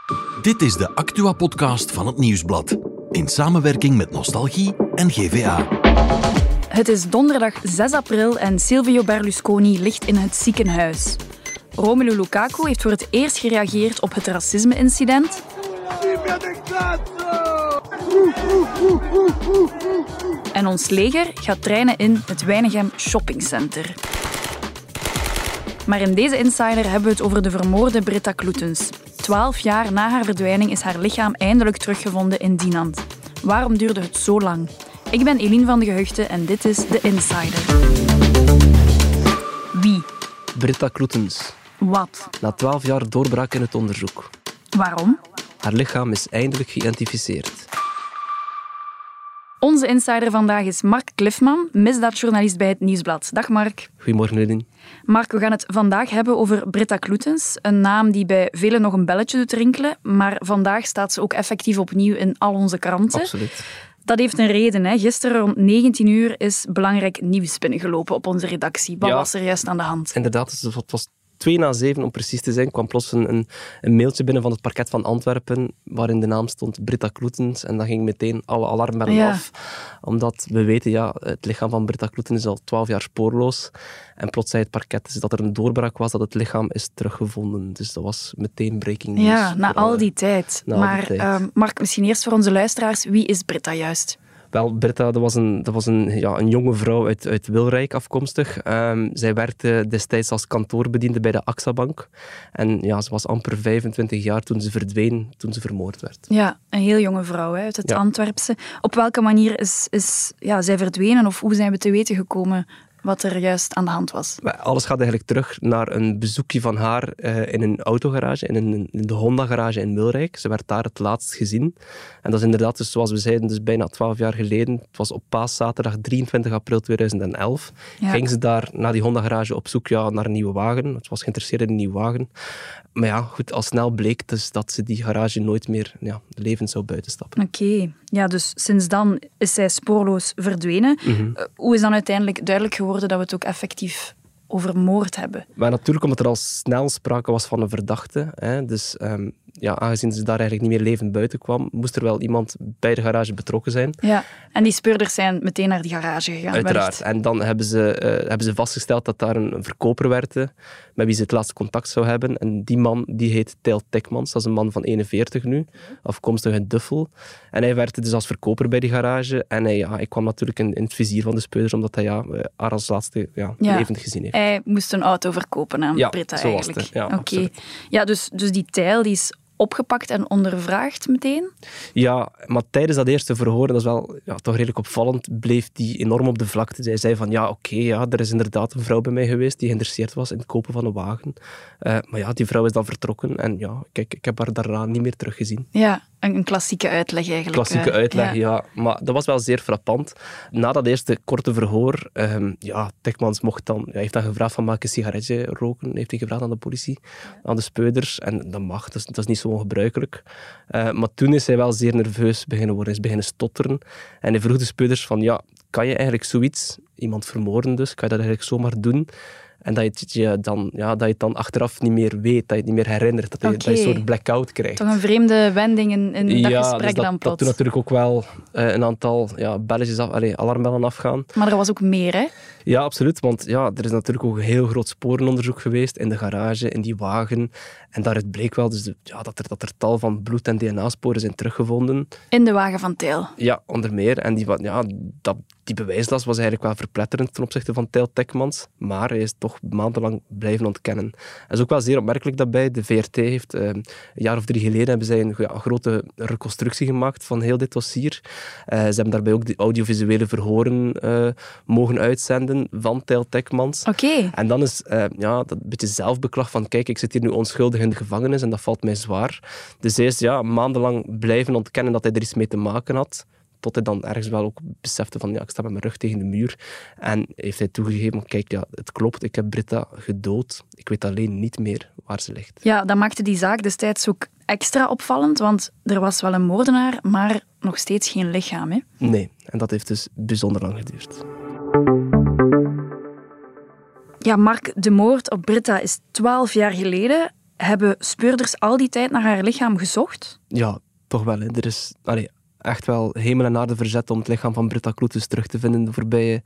Dit is de Actua-podcast van het Nieuwsblad. In samenwerking met Nostalgie en GVA. Het is donderdag 6 april en Silvio Berlusconi ligt in het ziekenhuis. Romelu Lukaku heeft voor het eerst gereageerd op het racisme-incident. En ons leger gaat trainen in het Weinigem Shoppingcenter. Maar in deze Insider hebben we het over de vermoorde Britta Kloetens. 12 jaar na haar verdwijning is haar lichaam eindelijk teruggevonden in Dinant. Waarom duurde het zo lang? Ik ben Eline van de Gehuchten en dit is de Insider. Wie? Britta Kloetens. Wat? Na 12 jaar doorbraak in het onderzoek. Waarom? Haar lichaam is eindelijk geïdentificeerd. Onze Insider vandaag is Mark Cliffman, misdaadjournalist bij het Nieuwsblad. Dag Mark. Goedemorgen, Eline. Mark, we gaan het vandaag hebben over Britta Kloetens. Een naam die bij velen nog een belletje doet rinkelen, maar vandaag staat ze ook effectief opnieuw in al onze kranten. Absoluut. Dat heeft een reden. Hè. Gisteren rond 19 uur is belangrijk nieuws binnengelopen op onze redactie. Wat was er juist aan de hand? Inderdaad, het was 7:02 om precies te zijn. Kwam plots een mailtje binnen van het parket van Antwerpen waarin de naam stond Britta Kloetens. En dan ging meteen alle alarmbellen af. Omdat we weten, het lichaam van Britta Kloetens is al 12 jaar spoorloos. En plots zei het parket dus dat er een doorbraak was, dat het lichaam is teruggevonden. Dus dat was meteen breaking news. Ja, na al die tijd. Mark, misschien eerst voor onze luisteraars, wie is Britta juist? Wel, Britta, dat was een jonge vrouw uit Wilrijk afkomstig. Zij werkte destijds als kantoorbediende bij de AXA Bank. En ze was amper 25 jaar toen ze verdween, toen ze vermoord werd. Ja, een heel jonge vrouw uit het Antwerpse. Op welke manier is zij verdwenen of hoe zijn we te weten gekomen wat er juist aan de hand was? Alles gaat eigenlijk terug naar een bezoekje van haar in een autogarage, in de Honda-garage in Wilrijk. Ze werd daar het laatst gezien. En dat is inderdaad, dus, zoals we zeiden, dus bijna 12 jaar geleden. Het was op paaszaterdag 23 april 2011. Ging ze daar naar die Honda-garage op zoek naar een nieuwe wagen. Ze was geïnteresseerd in een nieuwe wagen. Maar ja, goed, al snel bleek dus dat ze die garage nooit meer levend zou buitenstappen. Oké. Ja, dus sinds dan is zij spoorloos verdwenen. Mm-hmm. Hoe is dan uiteindelijk duidelijk geworden dat we het ook effectief over moord hebben? Maar natuurlijk omdat er al snel sprake was van een verdachte. Hè, dus aangezien ze daar eigenlijk niet meer levend buiten kwam, moest er wel iemand bij de garage betrokken zijn. Ja, en die speurders zijn meteen naar die garage gegaan. Uiteraard. Wellicht. En dan hebben ze vastgesteld dat daar een verkoper werkte met wie ze het laatste contact zou hebben. En die man die heet Tijl Tekmans. Dat is een man van 41 nu, afkomstig uit Duffel. En hij werkte dus als verkoper bij die garage. En hij kwam natuurlijk in het vizier van de speurders, omdat hij haar als laatste levend gezien heeft. Hij moest een auto verkopen aan Britta eigenlijk. Was het. Ja, absoluut. Ja, dus die Tijl die is opgepakt en ondervraagd meteen? Ja, maar tijdens dat eerste verhoor, dat is wel toch redelijk opvallend, bleef die enorm op de vlakte. Zij zei van, er is inderdaad een vrouw bij mij geweest die geïnteresseerd was in het kopen van een wagen. Maar die vrouw is dan vertrokken en ik heb haar daarna niet meer teruggezien. Ja, een klassieke uitleg eigenlijk. Klassieke uitleg, ja. Maar dat was wel zeer frappant. Na dat eerste korte verhoor, Tekmans heeft dan gevraagd van, mag ik een sigaretje roken? Heeft hij gevraagd aan de politie, aan de speurders. En dat mag, dat is niet zo ongebruikelijk. Maar toen is hij wel zeer nerveus beginnen worden. Hij is beginnen stotteren. En hij vroeg de speurders van, kan je eigenlijk zoiets, iemand vermoorden dus, kan je dat eigenlijk zomaar doen? En dat je het dan achteraf niet meer weet, dat je het niet meer herinnert, dat je een soort blackout krijgt. Toch een vreemde wending in dat gesprek dus dan plots. Dat doet natuurlijk ook wel een aantal belletjes alarmbellen afgaan. Maar er was ook meer, hè? Ja, absoluut. Want er is natuurlijk ook een heel groot sporenonderzoek geweest in de garage, in die wagen. En daaruit bleek wel dus dat er tal van bloed- en DNA-sporen zijn teruggevonden. In de wagen van Tijl? Ja, onder meer. En die bewijslast was eigenlijk wel verpletterend ten opzichte van Tijl Tekmans. Maar hij is toch maandenlang blijven ontkennen. Het is ook wel zeer opmerkelijk daarbij. De VRT heeft een jaar of 3 geleden hebben zij een grote reconstructie gemaakt van heel dit dossier. Ze hebben daarbij ook de audiovisuele verhoren mogen uitzenden van Tijl Tekmans. Oké. En dan is dat beetje zelfbeklag van, kijk, ik zit hier nu onschuldig in de gevangenis en dat valt mij zwaar. Dus hij is maandenlang blijven ontkennen dat hij er iets mee te maken had. Tot hij dan ergens wel ook besefte van, ik sta met mijn rug tegen de muur. En heeft hij toegegeven, kijk, het klopt, ik heb Britta gedood. Ik weet alleen niet meer waar ze ligt. Ja, dat maakte die zaak destijds ook extra opvallend, want er was wel een moordenaar, maar nog steeds geen lichaam, hè? Nee, en dat heeft dus bijzonder lang geduurd. Ja, Mark, de moord op Britta is 12 jaar geleden. Hebben speurders al die tijd naar haar lichaam gezocht? Ja, toch wel. Hè. Er is echt wel hemel en aarde verzet om het lichaam van Britta Kloetens terug te vinden de voorbije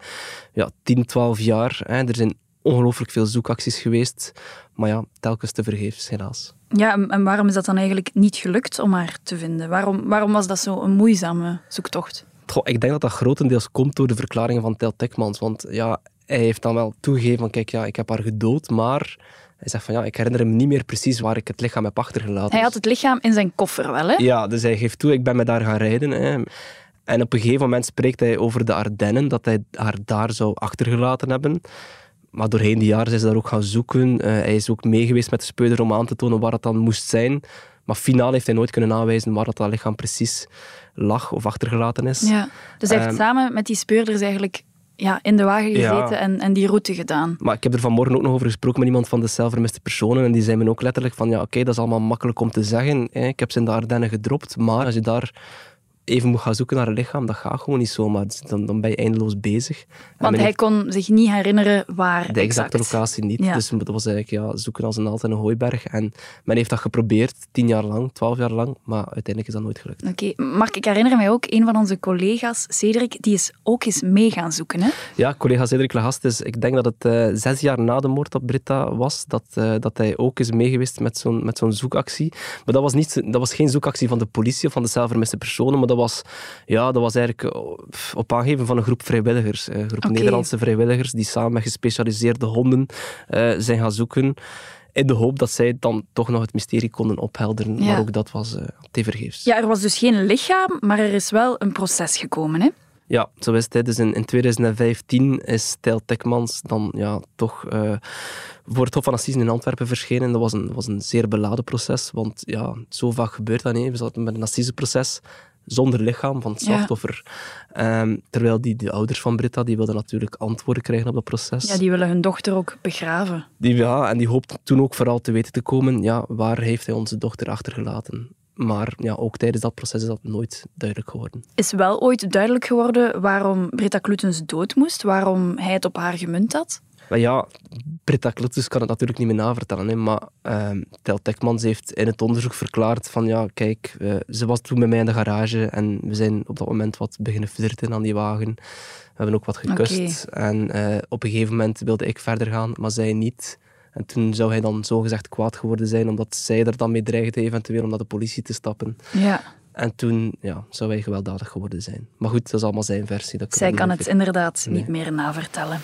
10, 12 jaar. Hè. Er zijn ongelooflijk veel zoekacties geweest, maar ja, telkens tevergeefs, helaas. Ja, en waarom is dat dan eigenlijk niet gelukt om haar te vinden? Waarom was dat zo een moeizame zoektocht? Goh, ik denk dat dat grotendeels komt door de verklaringen van Tijl Tekmans, want ja, hij heeft dan wel toegegeven van kijk, ik heb haar gedood, maar hij zegt van ik herinner me niet meer precies waar ik het lichaam heb achtergelaten. Hij had het lichaam in zijn koffer wel, hè? Ja, dus hij geeft toe, ik ben met haar gaan rijden. Hè. En op een gegeven moment spreekt hij over de Ardennen, dat hij haar daar zou achtergelaten hebben. Maar doorheen die jaren zijn ze daar ook gaan zoeken. Hij is ook meegeweest met de speurder om aan te tonen waar het dan moest zijn. Maar finaal heeft hij nooit kunnen aanwijzen waar dat lichaam precies lag of achtergelaten is. Ja. Dus hij heeft samen met die speurders eigenlijk in de wagen gezeten en die route gedaan. Maar ik heb er vanmorgen ook nog over gesproken met iemand van de cel vermiste personen en die zei me ook letterlijk van oké, dat is allemaal makkelijk om te zeggen. Ik heb ze in de Ardennen gedropt, maar als je daar even moet gaan zoeken naar een lichaam, dat gaat gewoon niet zomaar. Dan ben je eindeloos bezig. Want hij kon zich niet herinneren waar de exacte locatie niet. Ja. Dus dat was eigenlijk zoeken als een naald in een hooiberg. En men heeft dat geprobeerd, 10 jaar lang, 12 jaar lang, maar uiteindelijk is dat nooit gelukt. Oké, Mark, ik herinner mij ook, een van onze collega's, Cedric, die is ook eens mee gaan zoeken, hè? Ja, collega Cedric Legast is, ik denk dat het 6 jaar na de moord op Britta was, dat hij ook is meegeweest met zo'n zoekactie. Maar dat was geen zoekactie van de politie of van de cel vermiste personen, maar dat was eigenlijk op aangeven van een groep vrijwilligers. Een groep Nederlandse vrijwilligers die samen met gespecialiseerde honden zijn gaan zoeken. In de hoop dat zij dan toch nog het mysterie konden ophelderen. Ja. Maar ook dat was tevergeefs. Ja, er was dus geen lichaam, maar er is wel een proces gekomen, hè? Ja, zo is het. Dus in 2015 is Tijl Tekmans dan toch voor het Hof van Assisen in Antwerpen verschenen. Dat was een zeer beladen proces, want zo vaak gebeurt dat niet. We zaten met een assiseproces zonder lichaam van het slachtoffer. Ja. Terwijl de ouders van Britta, die wilden natuurlijk antwoorden krijgen op dat proces. Ja, die willen hun dochter ook begraven. En die hoopten toen ook vooral te weten te komen, waar heeft hij onze dochter achtergelaten? Maar ook tijdens dat proces is dat nooit duidelijk geworden. Is wel ooit duidelijk geworden waarom Britta Kloetens dood moest? Waarom hij het op haar gemunt had? Maar Britta Kloetens kan het natuurlijk niet meer navertellen. Hè, maar Tijl Tekmans heeft in het onderzoek verklaard van kijk, ze was toen met mij in de garage en we zijn op dat moment wat beginnen flirten aan die wagen. We hebben ook wat gekust. Okay. En op een gegeven moment wilde ik verder gaan, maar zij niet. En toen zou hij dan zogezegd kwaad geworden zijn, omdat zij er dan mee dreigde eventueel om naar de politie te stappen. Ja. En toen zou hij gewelddadig geworden zijn. Maar goed, dat is allemaal zijn versie. Zij kan het inderdaad niet meer navertellen.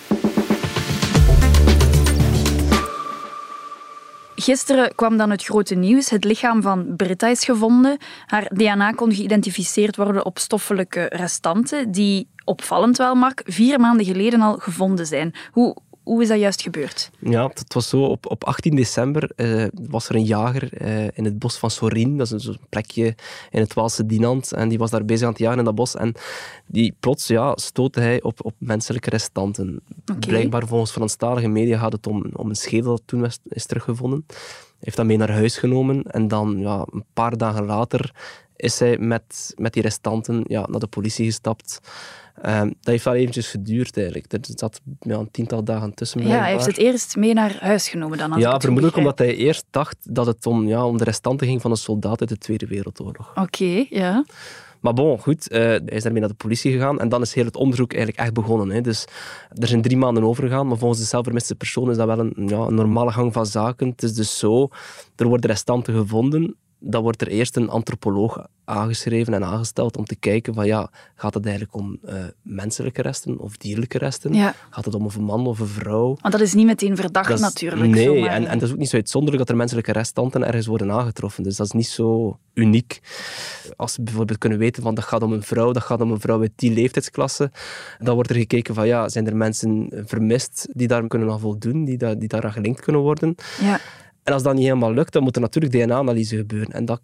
Gisteren kwam dan het grote nieuws. Het lichaam van Britta is gevonden. Haar DNA kon geïdentificeerd worden op stoffelijke restanten, die, opvallend wel, Mark, 4 maanden geleden al gevonden zijn. Hoe is dat juist gebeurd? Ja, het was zo. Op 18 december was er een jager in het bos van Sorin. Dat is een plekje in het Waalse Dinant. En die was daar bezig aan het jagen in dat bos. En die plots stootte hij op menselijke restanten. Okay. Blijkbaar volgens Franstalige media gaat het om een schedel dat toen is teruggevonden. Hij heeft dat mee naar huis genomen. En dan een paar dagen later is hij met die restanten naar de politie gestapt. Dat heeft wel eventjes geduurd eigenlijk. Er zat een 10-tal dagen tussen. Ja, hij heeft het eerst mee naar huis genomen dan. Ja, vermoedelijk omdat hij eerst dacht dat het om de restanten ging van een soldaat uit de Tweede Wereldoorlog. Oké, ja. Maar bon, goed, hij is daarmee naar de politie gegaan en dan is heel het onderzoek eigenlijk echt begonnen. Hè. Dus er zijn 3 maanden overgegaan, maar volgens de zelfvermiste persoon is dat wel een normale gang van zaken. Het is dus zo, er worden restanten gevonden. Dan wordt er eerst een antropoloog aangeschreven en aangesteld om te kijken van gaat het eigenlijk om menselijke resten of dierlijke resten? Ja. Gaat het om een man of een vrouw? Want dat is niet meteen verdacht natuurlijk. Nee, en dat is ook niet zo uitzonderlijk dat er menselijke restanten ergens worden aangetroffen. Dus dat is niet zo uniek. Als we bijvoorbeeld kunnen weten van dat gaat om een vrouw uit die leeftijdsklasse, dan wordt er gekeken van zijn er mensen vermist die daar kunnen aan voldoen, die daaraan gelinkt kunnen worden. Ja. En als dat niet helemaal lukt, dan moet er natuurlijk DNA-analyse gebeuren. En dat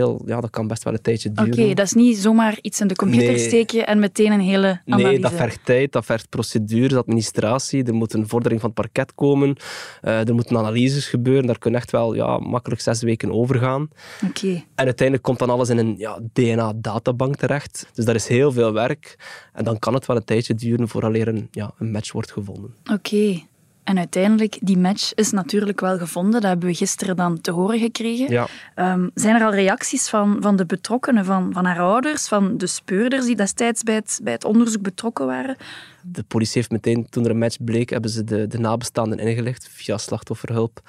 kan best wel een tijdje duren. Oké, dat is niet zomaar iets in de computer steken en meteen een hele analyse. Nee, dat vergt tijd, dat vergt procedures, administratie. Er moet een vordering van het parket komen. Er moeten analyses gebeuren. Daar kunnen echt wel makkelijk 6 weken overgaan. Oké. En uiteindelijk komt dan alles in een DNA-databank terecht. Dus dat is heel veel werk. En dan kan het wel een tijdje duren vooraleer een match wordt gevonden. Oké. En uiteindelijk, die match is natuurlijk wel gevonden. Dat hebben we gisteren dan te horen gekregen. Ja. Zijn er al reacties van de betrokkenen, van haar ouders, van de speurders die destijds bij het onderzoek betrokken waren? De politie heeft meteen, toen er een match bleek, hebben ze de nabestaanden ingelicht via slachtofferhulp.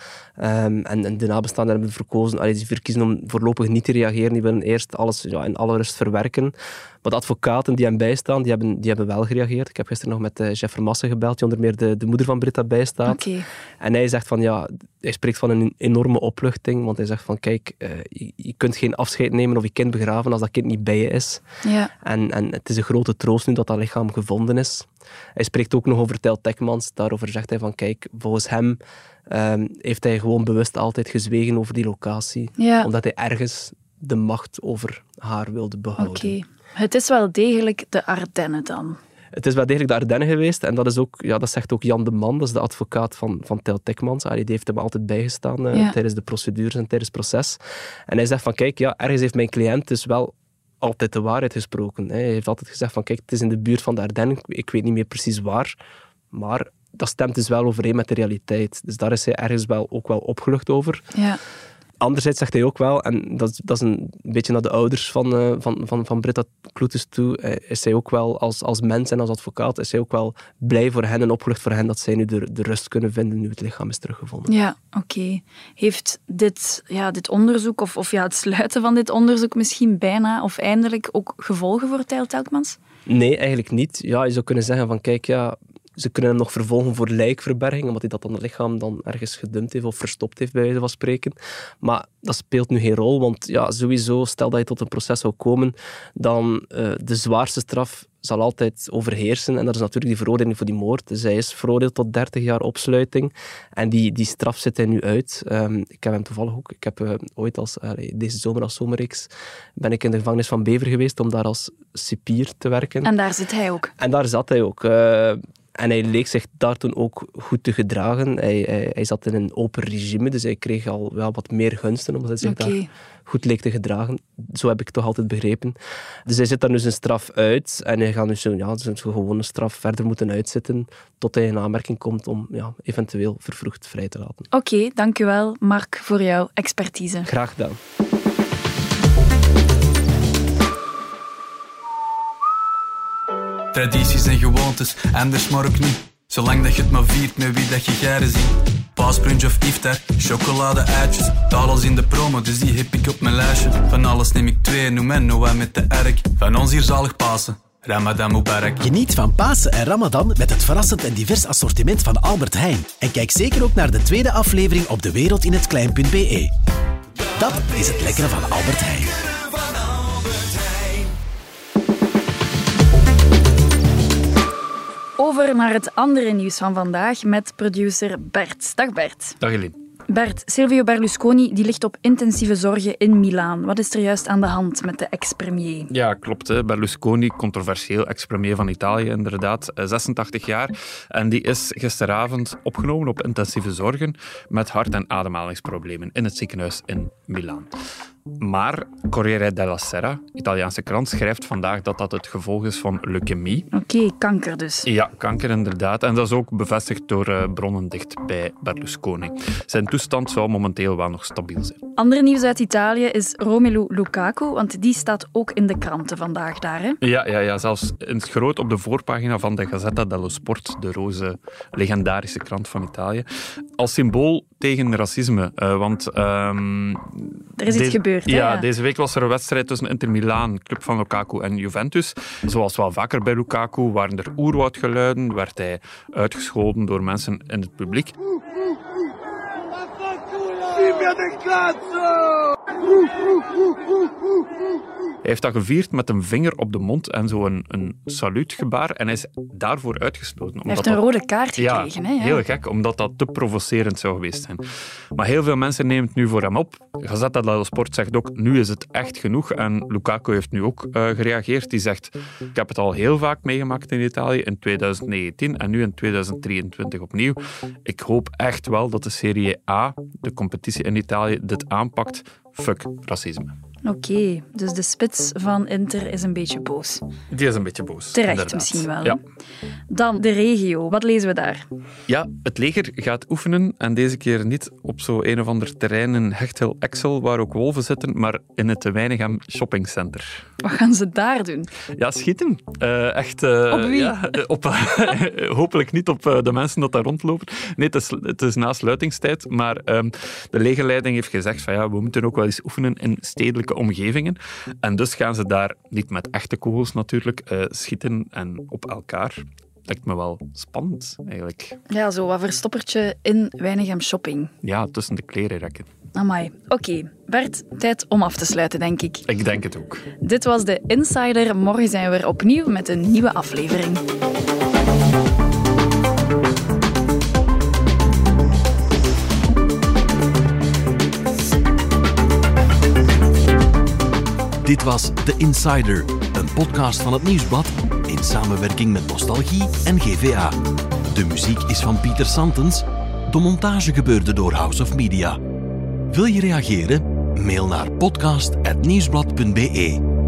En de nabestaanden hebben ze verkiezen om voorlopig niet te reageren. Die willen eerst alles in alle rust verwerken. Maar de advocaten die hem bijstaan, die hebben wel gereageerd. Ik heb gisteren nog met Jeff Vermassen gebeld, die onder meer de moeder van Britta bijstaat. Okay. En hij zegt hij spreekt van een enorme opluchting, want hij zegt van kijk, je kunt geen afscheid nemen of je kind begraven als dat kind niet bij je is. Ja. En het is een grote troost nu dat lichaam gevonden is. Hij spreekt ook nog over Tijl Tekmans. Daarover zegt hij van kijk, volgens hem heeft hij gewoon bewust altijd gezwegen over die locatie. Ja. Omdat hij ergens de macht over haar wilde behouden. Oké. Het is wel degelijk de Ardennen dan. Het is wel degelijk de Ardennen geweest. En dat is ook, dat zegt ook Jan de Man, dat is de advocaat van Tijl Tekmans. Die heeft hem altijd bijgestaan tijdens de procedures en tijdens het proces. En hij zegt van kijk, ergens heeft mijn cliënt dus wel altijd de waarheid gesproken. Hij heeft altijd gezegd van kijk, het is in de buurt van de Ardennen. Ik weet niet meer precies waar. Maar dat stemt dus wel overeen met de realiteit. Dus daar is hij ergens ook wel opgelucht over. Ja. Anderzijds zegt hij ook wel, en dat is een beetje naar de ouders van Britta Kloetes toe, is hij ook wel als mens en als advocaat, is hij ook wel blij voor hen en opgelucht voor hen dat zij nu de rust kunnen vinden nu het lichaam is teruggevonden. Ja, oké. Heeft dit onderzoek, of het sluiten van dit onderzoek misschien bijna of eindelijk ook gevolgen voor Tijl Tekmans? Nee, eigenlijk niet. Ja, je zou kunnen zeggen van kijk, ze kunnen hem nog vervolgen voor lijkverberging, omdat hij dat dan het lichaam dan ergens gedumpt heeft of verstopt heeft, bij wijze van spreken. Maar dat speelt nu geen rol, want sowieso, stel dat je tot een proces zou komen, dan de zwaarste straf zal altijd overheersen. En dat is natuurlijk die veroordeling voor die moord. Dus hij is veroordeeld tot 30 jaar opsluiting. En die straf zit hij nu uit. Ik heb hem toevallig ook... Ik heb ooit deze zomer als zomerreeks ben ik in de gevangenis van Bever geweest om daar als cipier te werken. En daar zit hij ook? En daar zat hij ook. En hij leek zich daar toen ook goed te gedragen. Hij zat in een open regime, dus hij kreeg al wel wat meer gunsten, omdat hij zich daar goed leek te gedragen. Zo heb ik het toch altijd begrepen. Dus hij zit daar nu zijn straf uit en hij gaat nu zijn gewone straf verder moeten uitzitten tot hij in aanmerking komt om eventueel vervroegd vrij te laten. Oké, dank u wel, Mark, voor jouw expertise. Graag gedaan. Tradities en gewoontes, anders maar ook niet. Zolang dat je het maar viert met wie dat je garen ziet. Paasbrunch of iftar, chocolade-eitjes. Taal als in de promo, dus die heb ik op mijn lijstje. Van alles neem ik 2, noem en Noah met de erk. Van ons hier zalig Pasen, Ramadan Mubarak. Geniet van Pasen en Ramadan met het verrassend en divers assortiment van Albert Heijn. En kijk zeker ook naar de tweede aflevering op dewereldinhetklein.be. Dat is het lekkere van Albert Heijn. Over naar het andere nieuws van vandaag met producer Bert. Dag Bert. Dag Eline. Bert, Silvio Berlusconi die ligt op intensieve zorgen in Milaan. Wat is er juist aan de hand met de ex-premier? Ja, klopt. Hè. Berlusconi, controversieel ex-premier van Italië, inderdaad, 86 jaar. En die is gisteravond opgenomen op intensieve zorgen met hart- en ademhalingsproblemen in het ziekenhuis in Milaan. Maar Corriere della Sera, Italiaanse krant, schrijft vandaag dat dat het gevolg is van leukemie. Oké, kanker dus. Ja, kanker inderdaad. En dat is ook bevestigd door bronnen dicht bij Berlusconi. Zijn toestand zou momenteel wel nog stabiel zijn. Ander nieuws uit Italië is Romelu Lukaku, want die staat ook in de kranten vandaag daar. Hè? Ja, zelfs in het groot op de voorpagina van de Gazzetta dello Sport, de roze legendarische krant van Italië. Als symbool tegen racisme, want... er is iets gebeurd. Ja, deze week was er een wedstrijd tussen Inter Milaan, club van Lukaku, en Juventus. Zoals wel vaker bij Lukaku waren er oerwoudgeluiden, werd hij uitgescholden door mensen in het publiek. Hij heeft dat gevierd met een vinger op de mond en zo een saluutgebaar. En hij is daarvoor uitgesloten. Hij heeft een rode kaart gekregen. Ja, heel gek, omdat dat te provocerend zou geweest zijn. Maar heel veel mensen nemen het nu voor hem op. Gazzetta dello Sport zegt ook, nu is het echt genoeg. En Lukaku heeft nu ook gereageerd. Die zegt, ik heb het al heel vaak meegemaakt in Italië, in 2019 en nu in 2023 opnieuw. Ik hoop echt wel dat de Serie A, de competitie in Italië, dit aanpakt. Fuck racisme. Oké, dus de spits van Inter is een beetje boos. Die is een beetje boos. Terecht inderdaad. misschien wel. Ja. Dan de regio. Wat lezen we daar? Ja, het leger gaat oefenen en deze keer niet op zo een of ander terrein in Hechtel-Exel, waar ook wolven zitten, maar in het Weinigem Shoppingcenter. Wat gaan ze daar doen? Ja, schieten. Echt... Op wie? Ja, hopelijk niet op de mensen dat daar rondlopen. Nee, het is na sluitingstijd, maar de legerleiding heeft gezegd van ja, we moeten ook wel eens oefenen in stedelijke omgevingen. En dus gaan ze daar niet met echte kogels natuurlijk schieten en op elkaar. Lijkt me wel spannend, eigenlijk. Ja, zo wat verstoppertje in Weinigem Shopping. Ja, tussen de klerenrekken. Amai. Oké, Bert, tijd om af te sluiten, denk ik. Ik denk het ook. Dit was de Insider. Morgen zijn we er opnieuw met een nieuwe aflevering. Dit was The Insider, een podcast van het Nieuwsblad in samenwerking met Nostalgie en GVA. De muziek is van Pieter Santens. De montage gebeurde door House of Media. Wil je reageren? Mail naar podcast@nieuwsblad.be.